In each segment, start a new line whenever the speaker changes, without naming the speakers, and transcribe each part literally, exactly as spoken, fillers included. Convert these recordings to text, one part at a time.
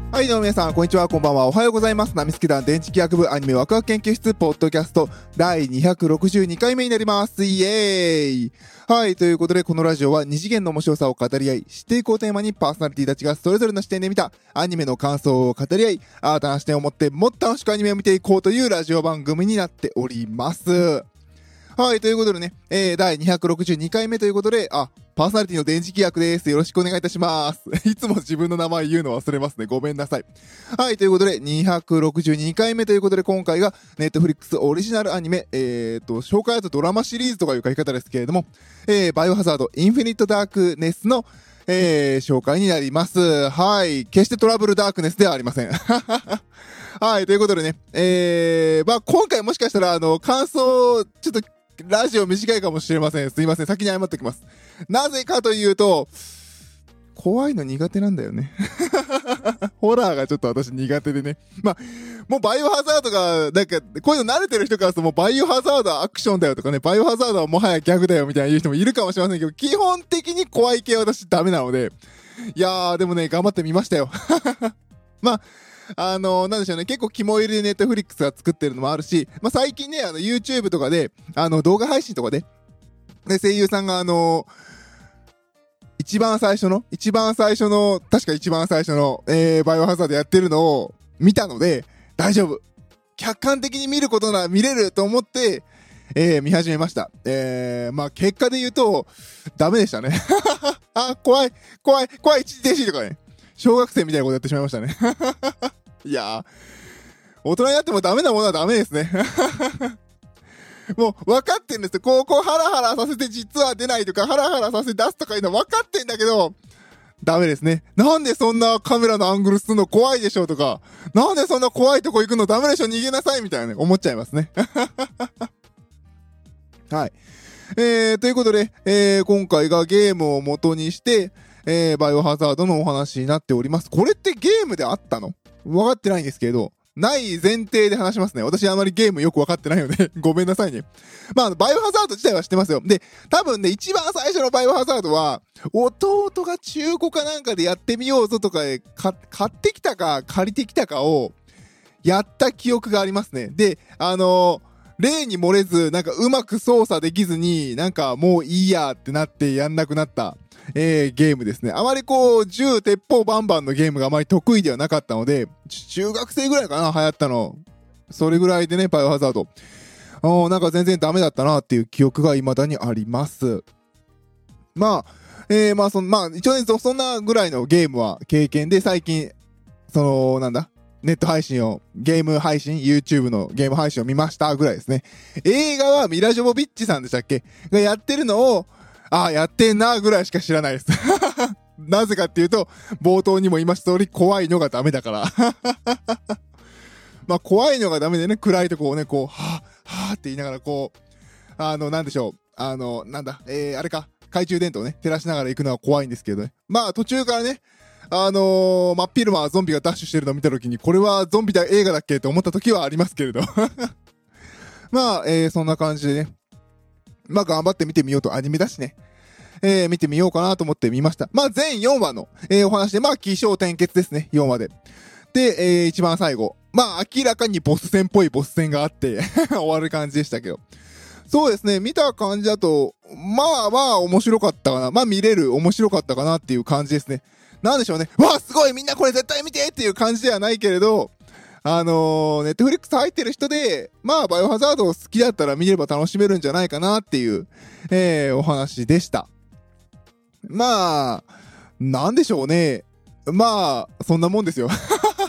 はい、どうも皆さん、こんにちは、こんばんは、おはようございます。ナミスケ団電磁気学部アニメワクワク研究室ポッドキャストだいにひゃくろくじゅうにかいめになります。イエーイ。はい、ということで、このラジオは二次元の面白さを語り合い、知っていこうテーマにパーソナリティたちがそれぞれの視点で見たアニメの感想を語り合い、新たな視点を持ってもっと楽しくアニメを見ていこうというラジオ番組になっております。はい、ということでね、えー、だいにひゃくろくじゅうにかいめということで、あ、パーソナリティの電磁気役です。よろしくお願いいたします。いつも自分の名前言うの忘れますね。ごめんなさい。はい、ということで、にひゃくろくじゅうにかいめということで、今回が、ネットフリックスオリジナルアニメ、えーと、紹介だとドラマシリーズとかいう書き方ですけれども、えー、バイオハザード、インフィニットダークネスの、えー、紹介になります。はい、決してトラブルダークネスではありません。はい、ということでね、えー、まあ今回もしかしたら、あの、感想、ちょっと、ラジオ短いかもしれません。すいません。先に謝っておきます。なぜかというと、怖いの苦手なんだよね。ホラーがちょっと私苦手でね。まあ、もうバイオハザードが、なんか、こういうの慣れてる人からするともうバイオハザードはアクションだよとかね、バイオハザードはもはやギャグだよみたいな言う人もいるかもしれませんけど、基本的に怖い系は私ダメなので、いやー、でもね、頑張ってみましたよ。まあ、あのー、なんでしょうね、結構肝入りでネットフリックスが作ってるのもあるし、まあ、最近ね、あの、YouTube とかで、あの、動画配信とかで、で、声優さんがあのー、一番最初の、一番最初の、確か一番最初の、えー、バイオハザードやってるのを見たので、大丈夫。客観的に見ることなら見れると思って、えー、見始めました。えー、まあ、結果で言うと、ダメでしたね。あ、怖い、怖い、怖い、一時停止とかね。小学生みたいなことやってしまいましたね。いやー、大人になってもダメなものはダメですね。もう分かってんですよ。こう、こうハラハラさせて実は出ないとか、ハラハラさせて出すとかいうの分かってんだけど、ダメですね。なんでそんなカメラのアングルするの怖いでしょとか、なんでそんな怖いとこ行くのダメでしょ逃げなさいみたいなね、思っちゃいますね。はい。えー、ということで、えー、今回がゲームを元にして、えー、バイオハザードのお話になっております。これってゲームであったの？分かってないんですけど、ない前提で話しますね。私あまりゲームよく分かってないので、ごめんなさいね。まあ、バイオハザード自体は知ってますよ。で、多分ね、一番最初のバイオハザードは、弟が中古かなんかでやってみようぞとかで、か、買ってきたか借りてきたかを、やった記憶がありますね。で、あのー、例に漏れず、なんかうまく操作できずに、なんかもういいやってなってやんなくなった。えー、ゲームですね。あまりこう、銃、鉄砲バンバンのゲームがあまり得意ではなかったので、中学生ぐらいかな、流行ったの。それぐらいでね、バイオハザード。あー、なんか全然ダメだったなっていう記憶が未だにあります。まあ、えー、まあその、まあ一応ね、そんなぐらいのゲームは経験で、最近、その、なんだ、ネット配信を、ゲーム配信 ?YouTube のゲーム配信を見ましたぐらいですね。映画はミラ・ジョボビッチさんでしたっけがやってるのを、ああ、やってんなぐらいしか知らないです。なぜかっていうと、冒頭にも言いました通り、怖いのがダメだから。まあ、怖いのがダメでね、暗いとこをね、こう、はぁ、はぁって言いながら、こう、あの、なんでしょう。あの、なんだ、えー、あれか、懐中電灯をね、照らしながら行くのは怖いんですけどね。まあ、途中からね、あのー、真っ昼間ゾンビがダッシュしてるのを見たときに、これはゾンビだ映画だっけと思ったときはありますけれど。まあ、えー、そんな感じでね。まあ頑張って見てみようと、アニメだしね。えー、見てみようかなと思って見ました。まあ全よんわの、えー、お話で、まあ起承転結ですね、よんわで。で、えー、一番最後。まあ明らかにボス戦っぽいボス戦があって、終わる感じでしたけど。そうですね、見た感じだと、まあまあ面白かったかな。まあ見れる、面白かったかなっていう感じですね。なんでしょうね。わあすごいみんなこれ絶対見てっていう感じではないけれど、あのー、ネットフリックス入ってる人で、まあ、バイオハザード好きだったら見れば楽しめるんじゃないかなっていう、えー、お話でした。まあ、なんでしょうね。まあ、そんなもんですよ。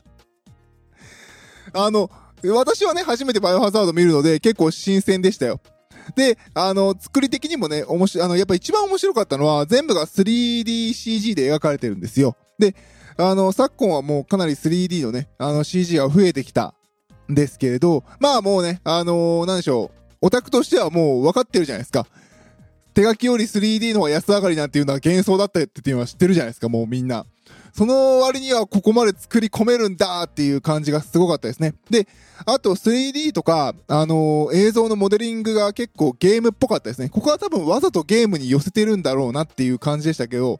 あの、私はね、初めてバイオハザード見るので、結構新鮮でしたよ。で、あの、作り的にもね、おもし、あの、やっぱ一番面白かったのは、全部が スリーディーシージー で描かれてるんですよ。で、あの、昨今はもうかなり スリーディー のね、あの シージー が増えてきたんですけれど、まあもうね、あのー、なんでしょう、オタクとしてはもう分かってるじゃないですか。手書きより スリーディー の方が安上がりなんていうのは幻想だったっていうのは知ってるじゃないですか、もうみんな。その割にはここまで作り込めるんだっていう感じがすごかったですね。で、あと スリーディー とか、あのー、映像のモデリングが結構ゲームっぽかったですね。ここは多分わざとゲームに寄せてるんだろうなっていう感じでしたけど、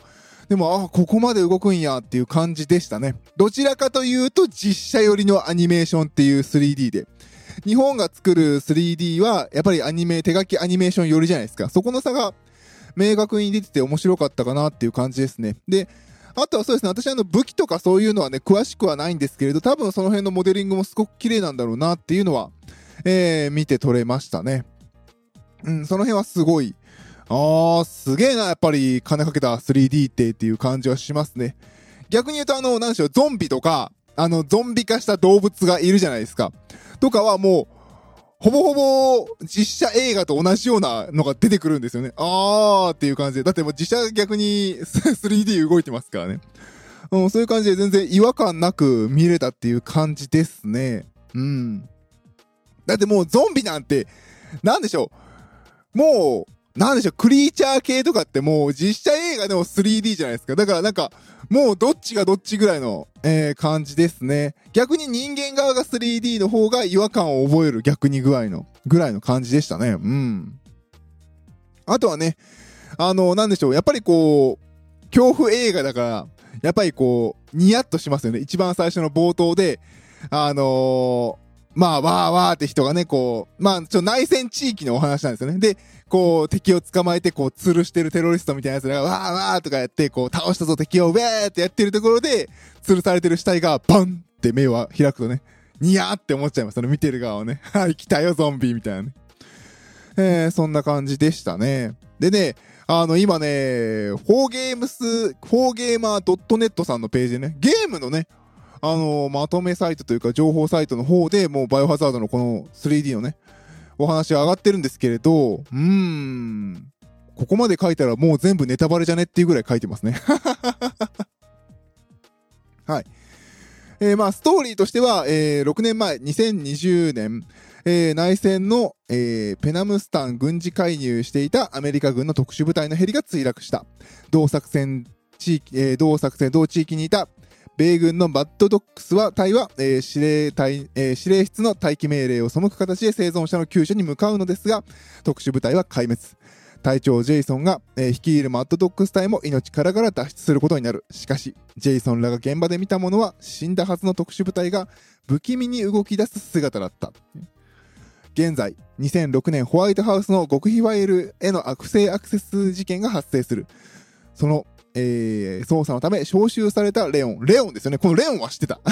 でも、あ、ここまで動くんやっていう感じでしたね。どちらかというと実写寄りのアニメーションっていう スリーディー で。日本が作る スリーディー は、やっぱりアニメ、手書きアニメーション寄りじゃないですか。そこの差が明確に出てて面白かったかなっていう感じですね。で、あとはそうですね、私あの武器とかそういうのはね、詳しくはないんですけれど、多分その辺のモデリングもすごく綺麗なんだろうなっていうのは、えー、見て取れましたね。うん、その辺はすごい、あー、すげえな、やっぱり金かけた スリーディー ってっていう感じはしますね。逆に言うとあの、なんでしょう、ゾンビとか、あの、ゾンビ化した動物がいるじゃないですか。とかはもう、ほぼほぼ実写映画と同じようなのが出てくるんですよね。あーっていう感じで。だってもう実写逆に スリーディー 動いてますからね。うん、そういう感じで全然違和感なく見れたっていう感じですね。うん。だってもうゾンビなんて、なんでしょう。もう、なんでしょう、クリーチャー系とかってもう実写映画でも スリーディー じゃないですか。だからなんか、もうどっちがどっちぐらいの、えー、感じですね。逆に人間側が スリーディー の方が違和感を覚える逆にぐらいの、ぐらいの感じでしたね。うん。あとはね、あの、なんでしょう、やっぱりこう、恐怖映画だから、やっぱりこう、ニヤッとしますよね。一番最初の冒頭で、あのー、まあ、わーわーって人がね、こう、まあ、ちょ、内戦地域のお話なんですよね。で、こう、敵を捕まえて、こう、吊るしてるテロリストみたいな奴らが、わーわーとかやって、こう、倒したぞ敵を、ウェーってやってるところで、吊るされてる死体が、バンって目を開くとね、ニヤーって思っちゃいます。その見てる側をね。はい、来たよ、ゾンビみたいなね。えー、そんな感じでしたね。でね、あの、今ね、フォーゲームス、フォーゲーマー ドットネット さんのページでね、ゲームのね、あの、まとめサイトというか情報サイトの方でもうバイオハザードのこの スリーディー のね、お話が上がってるんですけれど、うーん、ここまで書いたらもう全部ネタバレじゃねっていうぐらい書いてますね。はい。えー、まあ、ストーリーとしては、えー、ろくねんまえ、にせんにじゅうねん、えー、内戦の、えー、ペナムスタン軍事介入していたアメリカ軍の特殊部隊のヘリが墜落した。同作戦地域、えー、同作戦、同地域にいた米軍のバッドドックスは隊は、えー、司令隊、えー、司令室の待機命令を背く形で生存者の救助に向かうのですが、特殊部隊は壊滅。隊長ジェイソンが、えー、率いるマッドドックス隊も命からがら脱出することになる。しかし、ジェイソンらが現場で見たものは死んだはずの特殊部隊が不気味に動き出す姿だった。現在、にせんろくねんホワイトハウスの極秘ファイルへの不正アクセス事件が発生する。そのえー、捜査のため招集されたレオン。レオンですよね。このレオンは知ってた。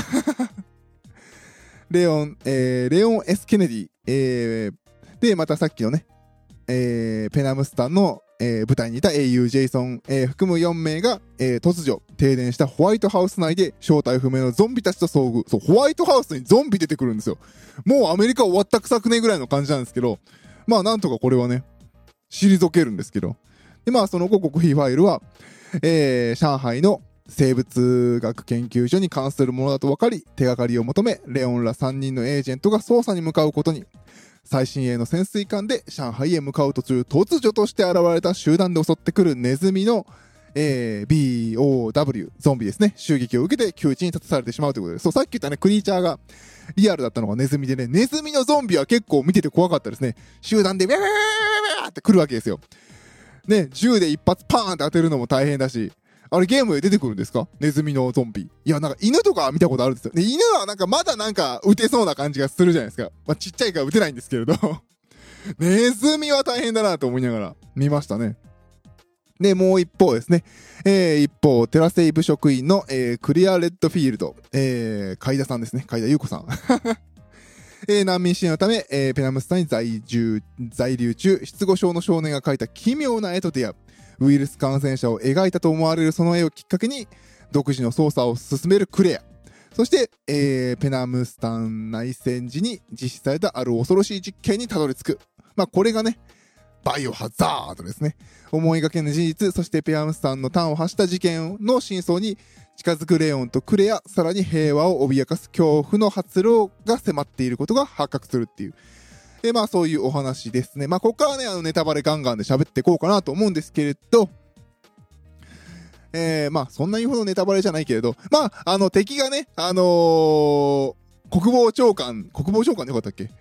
レオン、えー、レオン S ケネディ、えー、で、またさっきのね、えー、ペナムスタンの、えー、舞台にいた英雄ジェイソン、えー、含むよんめいが、えー、突如停電したホワイトハウス内で正体不明のゾンビたちと遭遇。そう、ホワイトハウスにゾンビ出てくるんですよ。もうアメリカ終わったくさくねぐらいの感じなんですけど、まあなんとかこれはね、退けるんですけど。で、まあその後極秘ファイルは、えー、上海の生物学研究所に関するものだと分かり、手がかりを求め、レオンらさんにんのエージェントが捜査に向かうことに。最新鋭の潜水艦で上海へ向かう途中、突如として現れた集団で襲ってくるネズミの、えー、ビーオーダブリュー、ゾンビですね。襲撃を受けて窮地に立たされてしまうということで、そう、さっき言ったね、クリーチャーがリアルだったのがネズミでね、ネズミのゾンビは結構見てて怖かったですね。集団でウェーウェーウェーって来るわけですよ。ね、銃で一発パーンって当てるのも大変だし、あれゲームで出てくるんですか？ネズミのゾンビ。いや、なんか犬とか見たことあるんですよ。ね、犬はなんかまだなんか撃てそうな感じがするじゃないですか。まあ、ちっちゃいから撃てないんですけれど。ネズミは大変だなと思いながら見ましたね。で、もう一方ですね。えー、一方、テラセイブ職員の、えー、クリアレッドフィールド、えー、海田さんですね。海田優子さん。えー、難民支援のため、えー、ペナムスタに在住、在留中、失語症の少年が描いた奇妙な絵と出会う。ウイルス感染者を描いたと思われるその絵をきっかけに、独自の捜査を進めるクレア。そして、えー、ペナムスタン内戦時に実施されたある恐ろしい実験にたどり着く。まあ、これがね、バイオハザードですね。思いがけぬ事実、そしてペナムスタンの端を発した事件の真相に近づくレオンとクレア、さらに平和を脅かす恐怖の発露が迫っていることが発覚するっていう。えー、まあそういうお話ですね。まあここからね、あのネタバレガンガンで喋っていこうかなと思うんですけれど、えー、まあそんなにほどネタバレじゃないけれど、まああの敵がね、あのー、国防長官、国防長官でよかったっけ？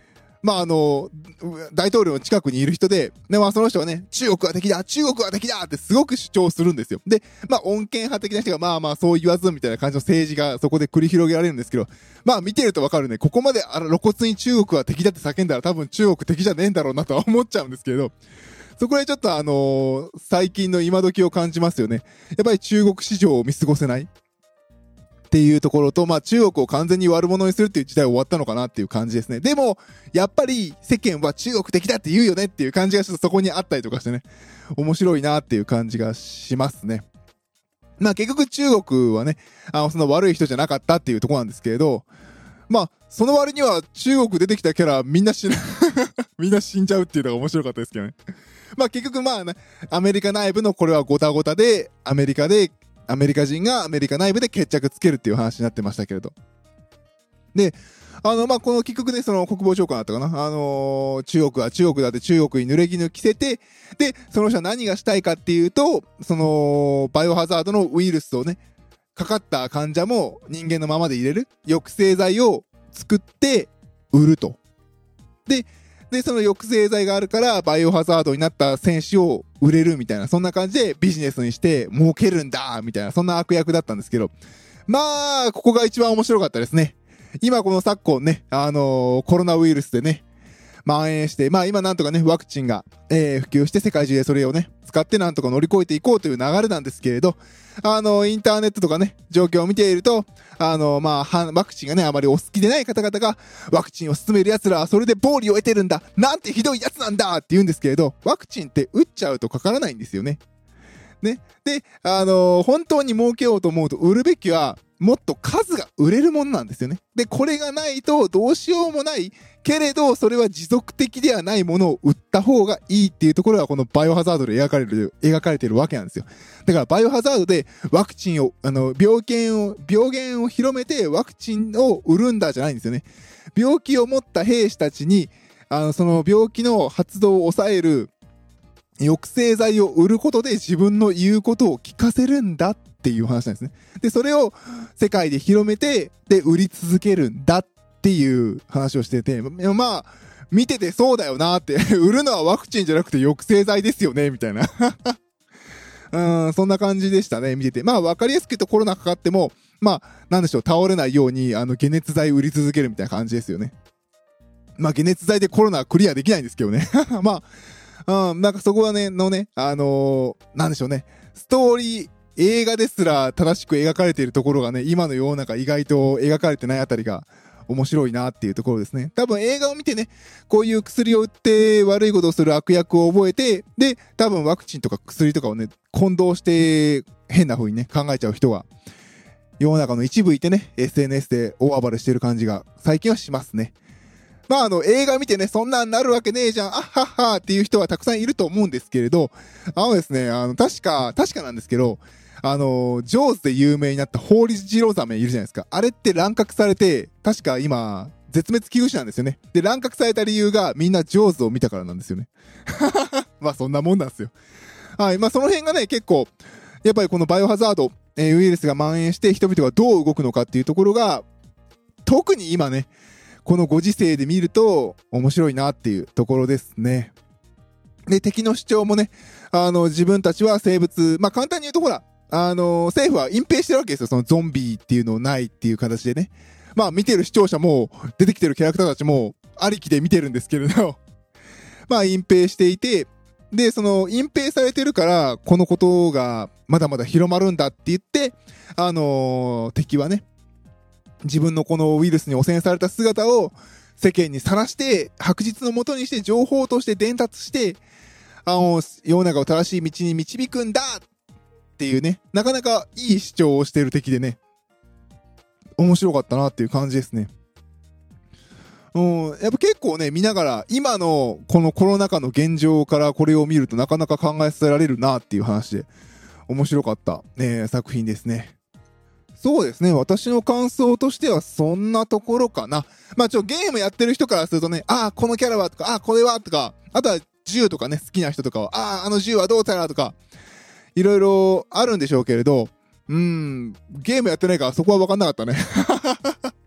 まああの、大統領の近くにいる人で、でまあその人がね、中国は敵だ、中国は敵だってすごく主張するんですよ。で、まあ穏健派的な人がまあまあそう言わずみたいな感じの政治がそこで繰り広げられるんですけど、まあ見てるとわかるね、ここまであら露骨に中国は敵だって叫んだら多分中国敵じゃねえんだろうなとは思っちゃうんですけれど、そこでちょっとあのー、最近の今時を感じますよね。やっぱり中国市場を見過ごせないっていうところと、まあ中国を完全に悪者にするっていう時代終わったのかなっていう感じですね。でも、やっぱり世間は中国的だって言うよねっていう感じがちょっとそこにあったりとかしてね、面白いなっていう感じがしますね。まあ結局中国はね、あのその悪い人じゃなかったっていうところなんですけれど、まあその割には中国出てきたキャラみんな死ぬみんな死んじゃうっていうのが面白かったですけどね。まあ結局まあ、ね、アメリカ内部のこれはごたごたで、アメリカで、アメリカ人がアメリカ内部で決着つけるっていう話になってましたけれど。で、あの、まあ、この結局ね、その国防長官だったかな。あのー、中国は中国だって中国に濡れ衣着せて、で、その人は何がしたいかっていうと、その、バイオハザードのウイルスをね、かかった患者も人間のままで入れる抑制剤を作って売ると。で、で、その抑制剤があるから、バイオハザードになった戦士を売れるみたいな、そんな感じでビジネスにして儲けるんだみたいな、そんな悪役だったんですけど、まあ、ここが一番面白かったですね。今この昨今ね、あのー、コロナウイルスでね、蔓延して、まあ今なんとかね、ワクチンが、えー、普及して世界中でそれをね、使ってなんとか乗り越えていこうという流れなんですけれど、あのー、インターネットとかね、状況を見ていると、あのー、まあ、ワクチンがね、あまりお好きでない方々が、ワクチンを進める奴らはそれで暴利を得てるんだ、なんてひどい奴なんだって言うんですけれど、ワクチンって打っちゃうとかからないんですよね。ね。で、あのー、本当に儲けようと思うと売るべきは、もっと数が売れるものなんですよね。で、これがないとどうしようもないけれど、それは持続的ではないものを売った方がいいっていうところがこのバイオハザードで描かれる、描かれているわけなんですよ。だからバイオハザードでワクチンを、あの、病原を、病原を広めてワクチンを売るんだじゃないんですよね。病気を持った兵士たちに、あの、その病気の発動を抑える抑制剤を売ることで自分の言うことを聞かせるんだっていう話なんですね。で、それを世界で広めて、で、売り続けるんだっていう話をしてて、まあ、見ててそうだよなって、売るのはワクチンじゃなくて抑制剤ですよね、みたいな。うん、そんな感じでしたね、見てて。まあ、わかりやすく言うとコロナかかっても、まあ、なんでしょう、倒れないように、あの、解熱剤売り続けるみたいな感じですよね。まあ、解熱剤でコロナはクリアできないんですけどね。まあ、うん、なんかそこはね、のね、あのー、なんでしょうね、ストーリー、映画ですら正しく描かれているところがね、今の世の中意外と描かれてないあたりが面白いなっていうところですね。多分映画を見てね、こういう薬を売って悪いことをする悪役を覚えて、で、多分ワクチンとか薬とかをね、混同して変な風にね、考えちゃう人が世の中の一部いてね、エスエヌエス で大暴れしてる感じが最近はしますね。まああの映画見てね、そんなんなるわけねえじゃん、あっはっはっていう人はたくさんいると思うんですけれど、あのですね、あの確か、確かなんですけど、あの、ジョーズで有名になったホウリジロザメいるじゃないですか。あれって乱獲されて、確か今、絶滅危惧種なんですよね。で、乱獲された理由がみんなジョーズを見たからなんですよね。まあそんなもんなんですよ。はい、まあその辺がね、結構、やっぱりこのバイオハザード、えー、ウイルスが蔓延して人々がどう動くのかっていうところが、特に今ね、このご時世で見ると面白いなっていうところですね。で、敵の主張もね、あの、自分たちは生物、まあ簡単に言うとほら、あの、政府は隠蔽してるわけですよ。そのゾンビっていうのをないっていう形でね。まあ見てる視聴者も、出てきてるキャラクターたちも、ありきで見てるんですけれど、まあ隠蔽していて、で、その隠蔽されてるから、このことがまだまだ広まるんだって言って、あのー、敵はね、自分のこのウイルスに汚染された姿を世間にさらして、白日のもとにして情報として伝達して、あの、世の中を正しい道に導くんだっていうね、なかなかいい主張をしている敵でね、面白かったなっていう感じですね。うん、やっぱ結構ね、見ながら、今のこのコロナ禍の現状からこれを見るとなかなか考えさせられるなっていう話で、面白かった、ね、作品ですね。そうですね。私の感想としてはそんなところかな。まあちょ、ゲームやってる人からするとね、ああ、このキャラはとか、ああ、これはとか、あとは銃とかね、好きな人とかは、ああ、あの銃はどうたらとか、いろいろあるんでしょうけれど、うーん、ゲームやってないからそこは分かんなかったね。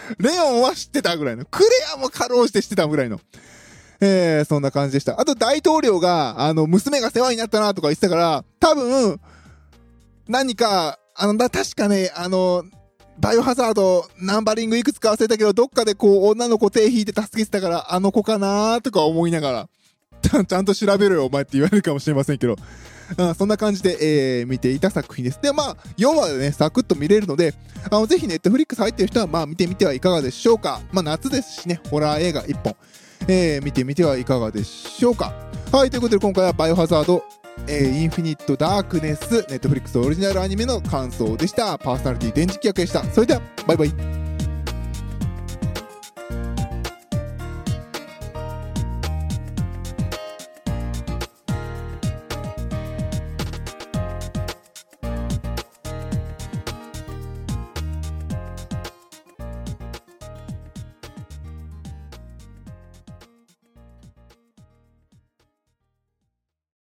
レオンは知ってたぐらいの。クレアもかろうじて知ってたぐらいの。えー、そんな感じでした。あと大統領が、あの、娘が世話になったなとか言ってたから、多分、何か、あの、だ、確かね、あの、バイオハザード、ナンバリングいくつか忘れたけど、どっかでこう、女の子手引いて助けてたから、あの子かなーとか思いながら、ちゃん、ちゃんと調べろよ、お前って言われるかもしれませんけど、うん、そんな感じで、えー、見ていた作品です。で、まあ、よんわでね、サクッと見れるので、あの、ぜひネットフリックス入ってる人は、まあ、見てみてはいかがでしょうか。まあ、夏ですしね、ホラー映画いっぽん、えー、見てみてはいかがでしょうか。はい、ということで今回はバイオハザード、えー、インフィニットダークネス、ネットフリックスオリジナルアニメの感想でした。パーソナリティ電磁気役でした。それでは、バイバイ。